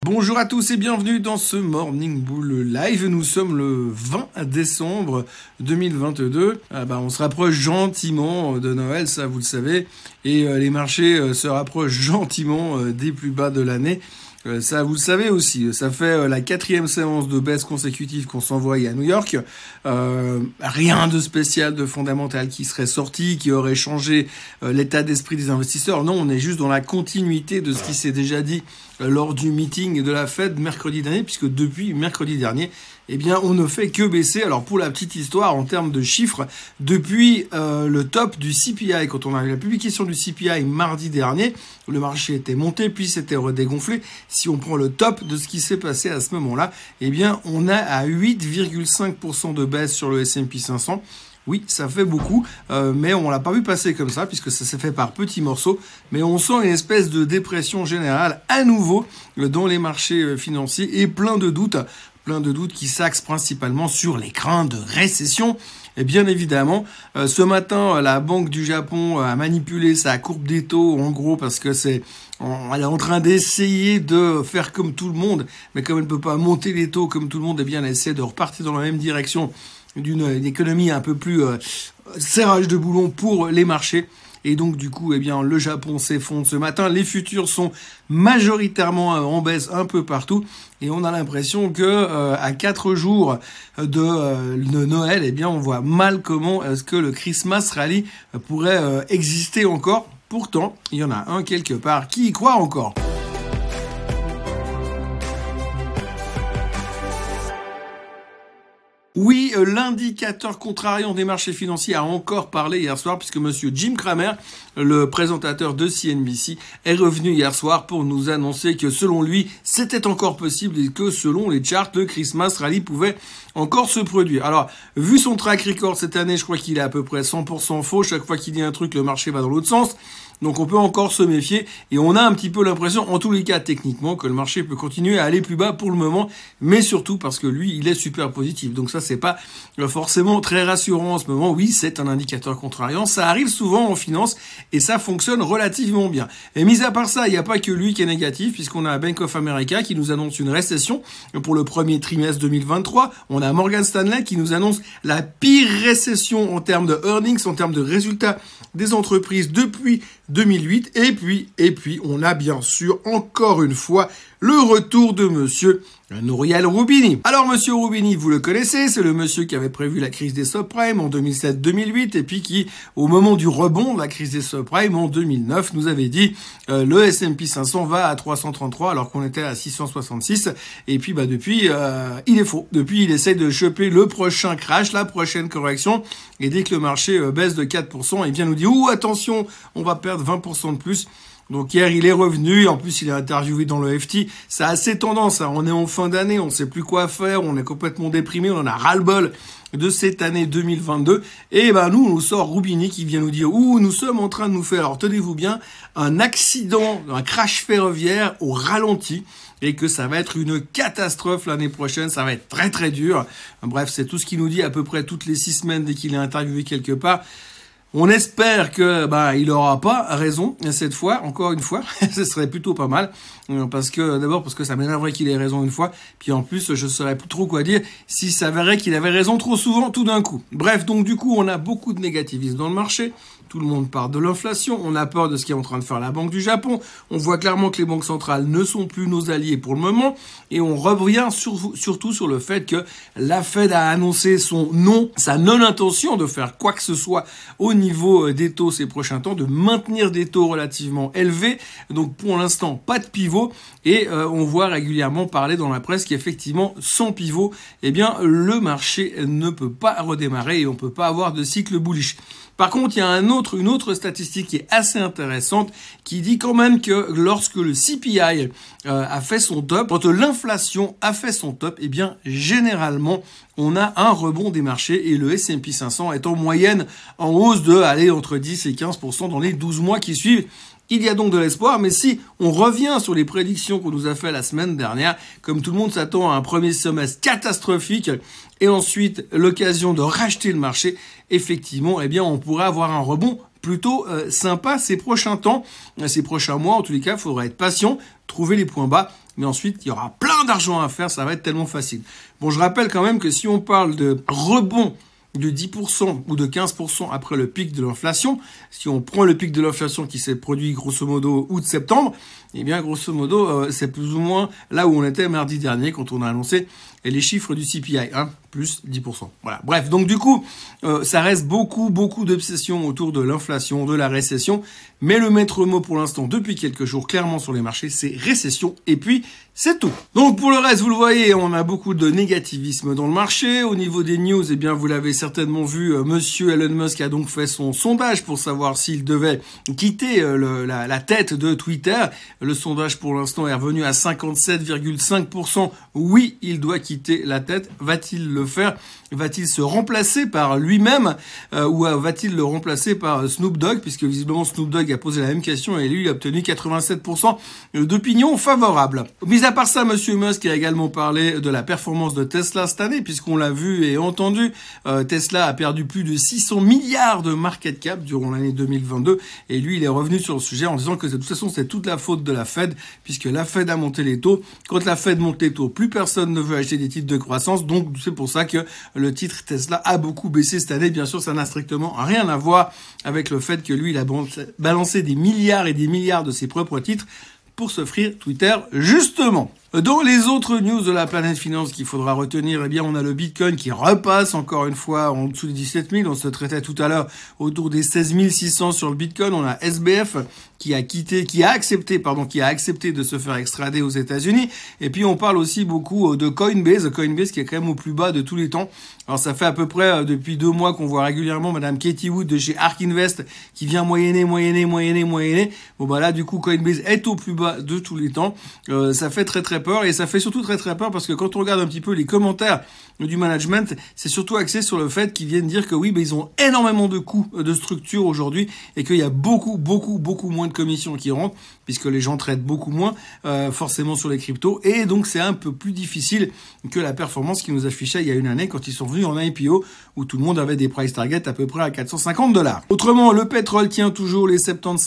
Bonjour à tous et bienvenue dans ce Morning Bull Live. Nous sommes le 20 décembre 2022. On se rapproche gentiment de Noël, ça vous le savez. Et les marchés se rapprochent gentiment des plus bas de l'année. Ça, vous le savez aussi, ça fait la 4e séance de baisse consécutive qu'on s'envoie à New York. Rien de spécial, de fondamental qui serait sorti, qui aurait changé l'état d'esprit des investisseurs. Non, on est juste dans la continuité de ce qui s'est déjà dit lors du meeting de la Fed mercredi dernier, puisque depuis mercredi dernier, on ne fait que baisser. Alors pour la petite histoire, en termes de chiffres, depuis le top du CPI, quand on a eu la publication du CPI mardi dernier, le marché était monté, puis s'était redégonflé. Si on prend le top de ce qui s'est passé à ce moment-là, on a à 8,5% de baisse sur le S&P 500. Oui, ça fait beaucoup, mais on l'a pas vu passer comme ça, puisque ça s'est fait par petits morceaux. Mais on sent une espèce de dépression générale à nouveau dans les marchés financiers et plein de doutes qui s'axent principalement sur les craintes de récession. Et bien évidemment, ce matin, la Banque du Japon a manipulé sa courbe des taux, en gros, parce que elle est en train d'essayer de faire comme tout le monde, mais comme elle ne peut pas monter les taux comme tout le monde, elle essaie de repartir dans la même direction d'une économie un peu plus serrage de boulon pour les marchés. Et donc du coup, le Japon s'effondre ce matin. Les futurs sont majoritairement en baisse un peu partout. Et on a l'impression que à 4 jours de Noël, on voit mal comment est-ce que le Christmas Rally pourrait exister encore. Pourtant, il y en a un quelque part qui y croit encore. Oui, l'indicateur contrariant des marchés financiers a encore parlé hier soir, puisque monsieur Jim Cramer, le présentateur de CNBC, est revenu hier soir pour nous annoncer que selon lui, c'était encore possible et que selon les charts, le Christmas Rally pouvait encore se produire. Alors, vu son track record cette année, je crois qu'il est à peu près 100% faux. Chaque fois qu'il dit un truc, le marché va dans l'autre sens. Donc on peut encore se méfier et on a un petit peu l'impression, en tous les cas techniquement, que le marché peut continuer à aller plus bas pour le moment, mais surtout parce que lui, il est super positif. Donc ça, c'est pas forcément très rassurant en ce moment. Oui, c'est un indicateur contrariant, ça arrive souvent en finance et ça fonctionne relativement bien. Et mis à part ça, il n'y a pas que lui qui est négatif, puisqu'on a Bank of America qui nous annonce une récession pour le premier trimestre 2023. On a Morgan Stanley qui nous annonce la pire récession en termes de earnings, en termes de résultats des entreprises depuis 2008. Et puis, on a bien sûr, encore une fois, le retour de monsieur Nouriel Roubini. Alors, monsieur Roubini, vous le connaissez, c'est le monsieur qui avait prévu la crise des subprimes en 2007-2008 et puis qui, au moment du rebond de la crise des subprimes en 2009, nous avait dit le S&P 500 va à 333 alors qu'on était à 666. Et puis, depuis, il est faux. Depuis, il essaie de choper le prochain crash, la prochaine correction. Et dès que le marché baisse de 4%, il vient nous dire « Ouh, attention, on va perdre 20% de plus ». Donc hier, il est revenu, en plus il est interviewé dans le FT. Ça a assez tendance, on est en fin d'année, on sait plus quoi faire, on est complètement déprimé, on en a ras-le-bol de cette année 2022. Et nous, on nous sort Roubini qui vient nous dire « Ouh, nous sommes en train de nous faire, alors tenez-vous bien, un accident, un crash ferroviaire au ralenti. » Et que ça va être une catastrophe l'année prochaine, ça va être très très dur. Bref, c'est tout ce qu'il nous dit à peu près toutes les 6 semaines dès qu'il est interviewé quelque part. On espère que il aura pas raison cette fois, encore une fois, ce serait plutôt pas mal, parce que ça m'énerverait qu'il ait raison une fois, puis en plus je saurais plus trop quoi dire s'il s'avérait qu'il avait raison trop souvent tout d'un coup. Bref, donc du coup on a beaucoup de négativisme dans le marché, tout le monde parle de l'inflation, on a peur de ce qu'est en train de faire la Banque du Japon, on voit clairement que les banques centrales ne sont plus nos alliés pour le moment, et on revient surtout sur le fait que la Fed a annoncé sa non-intention de faire quoi que ce soit au niveau des taux ces prochains temps, de maintenir des taux relativement élevés. Donc pour l'instant, pas de pivot. Et on voit régulièrement parler dans la presse qu'effectivement, sans pivot, le marché ne peut pas redémarrer et on peut pas avoir de cycle bullish. Par contre, il y a une autre statistique qui est assez intéressante qui dit quand même que lorsque le CPI a fait son top, quand l'inflation a fait son top, généralement, on a un rebond des marchés et le S&P 500 est en moyenne en hausse de entre 10 et 15% dans les 12 mois qui suivent. Il y a donc de l'espoir, mais si on revient sur les prédictions qu'on nous a fait la semaine dernière, comme tout le monde s'attend à un premier semestre catastrophique et ensuite l'occasion de racheter le marché, effectivement, on pourrait avoir un rebond plutôt sympa ces prochains temps, ces prochains mois. En tous les cas, il faudra être patient, trouver les points bas. mais ensuite, il y aura plein d'argent à faire, ça va être tellement facile. Bon, je rappelle quand même que si on parle de rebond de 10% ou de 15% après le pic de l'inflation, si on prend le pic de l'inflation qui s'est produit grosso modo août-septembre, eh bien grosso modo c'est plus ou moins là où on était mardi dernier quand on a annoncé les chiffres du CPI, plus 10%. Voilà. Bref, donc du coup, ça reste beaucoup d'obsessions autour de l'inflation, de la récession, mais le maître mot pour l'instant depuis quelques jours clairement sur les marchés, c'est récession et puis c'est tout. Donc pour le reste, vous le voyez, on a beaucoup de négativisme dans le marché. Au niveau des news, eh bien vous l'avez certainement vu, monsieur Elon Musk a donc fait son sondage pour savoir s'il devait quitter la tête de Twitter. Le sondage pour l'instant est revenu à 57,5%. Oui, il doit quitter la tête. Va-t-il le faire? Va-t-il se remplacer par lui-même ou va-t-il le remplacer par Snoop Dogg, puisque visiblement Snoop Dogg a posé la même question et lui il a obtenu 87% d'opinion favorable. Mis à part ça, monsieur Musk a également parlé de la performance de Tesla cette année, puisqu'on l'a vu et entendu, Tesla a perdu plus de 600 milliards de market cap durant l'année 2022 et lui il est revenu sur le sujet en disant que de toute façon c'est toute la faute de la Fed, puisque la Fed a monté les taux. Quand la Fed monte les taux, plus personne ne veut acheter des titres de croissance, donc c'est pour ça que le titre Tesla a beaucoup baissé cette année. Bien sûr, ça n'a strictement rien à voir avec le fait que lui, il a balancé des milliards et des milliards de ses propres titres pour s'offrir Twitter, justement. Dans les autres news de la planète finance qu'il faudra retenir, eh bien, on a le Bitcoin qui repasse encore une fois en dessous des 17 000. On se traitait tout à l'heure autour des 16 600 sur le Bitcoin. On a SBF qui a accepté de se faire extrader aux États-Unis. Et puis, on parle aussi beaucoup de Coinbase qui est quand même au plus bas de tous les temps. Alors, ça fait à peu près depuis 2 mois qu'on voit régulièrement Madame Katie Wood de chez ARK Invest qui vient moyenner. Bon, bah là, du coup, Coinbase est au plus bas de tous les temps. Ça fait très peur et ça fait surtout très peur parce que quand on regarde un petit peu les commentaires du management, c'est surtout axé sur le fait qu'ils viennent dire que oui, ils ont énormément de coûts de structure aujourd'hui et qu'il y a beaucoup moins de commissions qui rentrent puisque les gens traitent beaucoup moins forcément sur les cryptos et donc c'est un peu plus difficile que la performance qu'ils nous affichaient il y a une année quand ils sont venus en IPO où tout le monde avait des price targets à peu près à $450. Autrement, le pétrole tient toujours les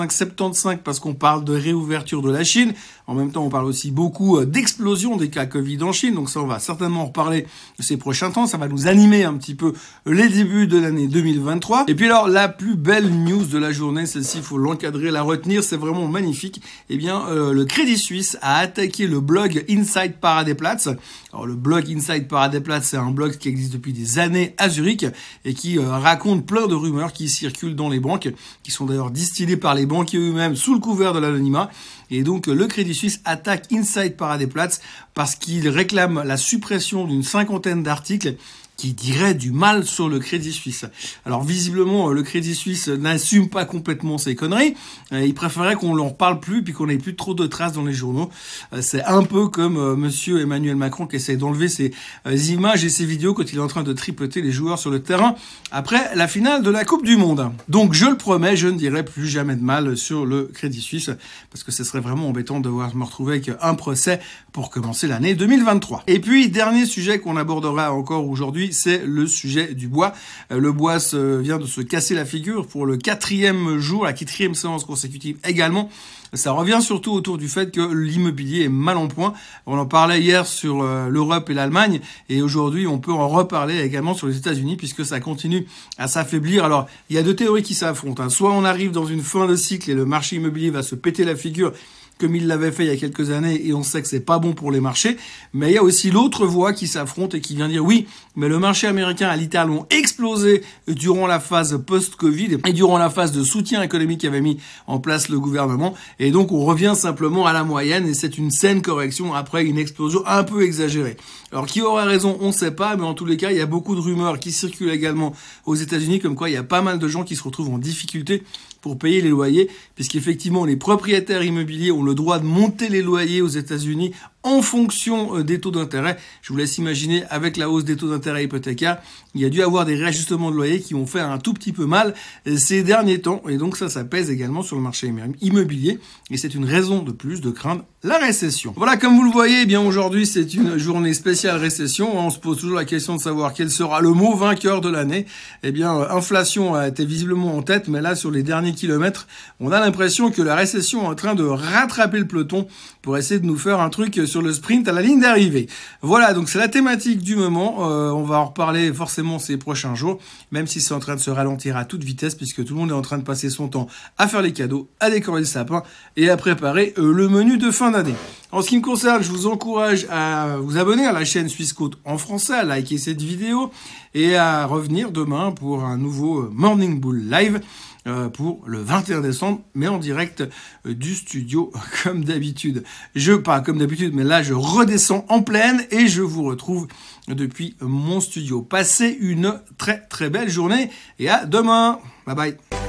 75 parce qu'on parle de réouverture de la Chine. En même temps, on parle aussi beaucoup d'explosion des cas Covid en Chine. Donc ça, on va certainement en reparler ces prochains temps. Ça va nous animer un petit peu les débuts de l'année 2023. Et puis alors, la plus belle news de la journée, celle-ci, il faut l'encadrer, la retenir. C'est vraiment magnifique. Eh bien, le Crédit Suisse a attaqué le blog Inside Paradeplatz. Alors, le blog Inside Paradeplatz, c'est un blog qui existe depuis des années à Zurich et qui raconte plein de rumeurs qui circulent dans les banques, qui sont d'ailleurs distillées par les banquiers eux-mêmes sous le couvert de l'anonymat. Et donc, le Crédit Suisse attaque Inside Paradeplatz parce qu'il réclame la suppression d'une 50aine d'articles qui dirait du mal sur le Crédit Suisse. Alors visiblement, le Crédit Suisse n'assume pas complètement ces conneries. Il préférait qu'on n'en parle plus puis qu'on n'ait plus trop de traces dans les journaux. C'est un peu comme monsieur Emmanuel Macron qui essaie d'enlever ses images et ses vidéos quand il est en train de tripoter les joueurs sur le terrain après la finale de la Coupe du Monde. Donc je le promets, je ne dirai plus jamais de mal sur le Crédit Suisse parce que ce serait vraiment embêtant de devoir me retrouver avec un procès pour commencer l'année 2023. Et puis, dernier sujet qu'on abordera encore aujourd'hui, c'est le sujet du bois. Le bois vient de se casser la figure pour le 4e jour, la 4e séance consécutive également. Ça revient surtout autour du fait que l'immobilier est mal en point. On en parlait hier sur l'Europe et l'Allemagne et aujourd'hui on peut en reparler également sur les États-Unis puisque ça continue à s'affaiblir. Alors il y a 2 théories qui s'affrontent. Soit on arrive dans une fin de cycle et le marché immobilier va se péter la figure comme il l'avait fait il y a quelques années et on sait que c'est pas bon pour les marchés. Mais il y a aussi l'autre voix qui s'affronte et qui vient dire oui, mais le marché américain a littéralement explosé durant la phase post-Covid et durant la phase de soutien économique qu'avait mis en place le gouvernement. Et donc on revient simplement à la moyenne et c'est une saine correction après une explosion un peu exagérée. Alors qui aura raison, on ne sait pas, mais en tous les cas, il y a beaucoup de rumeurs qui circulent également aux États-Unis comme quoi il y a pas mal de gens qui se retrouvent en difficulté pour payer les loyers, puisqu'effectivement les propriétaires immobiliers ont le droit de monter les loyers aux États-Unis en fonction des taux d'intérêt. Je vous laisse imaginer, avec la hausse des taux d'intérêt hypothécaires, il y a dû avoir des réajustements de loyers qui ont fait un tout petit peu mal ces derniers temps. Et donc ça pèse également sur le marché immobilier. Et c'est une raison de plus de craindre la récession. Voilà, comme vous le voyez, eh bien aujourd'hui c'est une journée spéciale récession. On se pose toujours la question de savoir quel sera le mot vainqueur de l'année. Eh bien, inflation a été visiblement en tête, mais là sur les derniers kilomètres, on a l'impression que la récession est en train de rattraper le peloton pour essayer de nous faire un truc sur le sprint à la ligne d'arrivée. Voilà, donc c'est la thématique du moment. On va en reparler forcément ces prochains jours, même si c'est en train de se ralentir à toute vitesse, puisque tout le monde est en train de passer son temps à faire les cadeaux, à décorer le sapin et à préparer le menu de fin d'année. En ce qui me concerne, je vous encourage à vous abonner à la chaîne Suisse Côte en français, à liker cette vidéo et à revenir demain pour un nouveau Morning Bull Live pour le 21 décembre, mais en direct du studio comme d'habitude. Pas comme d'habitude, mais là je redescends en plaine et je vous retrouve depuis mon studio. Passez une très très belle journée et à demain. Bye bye.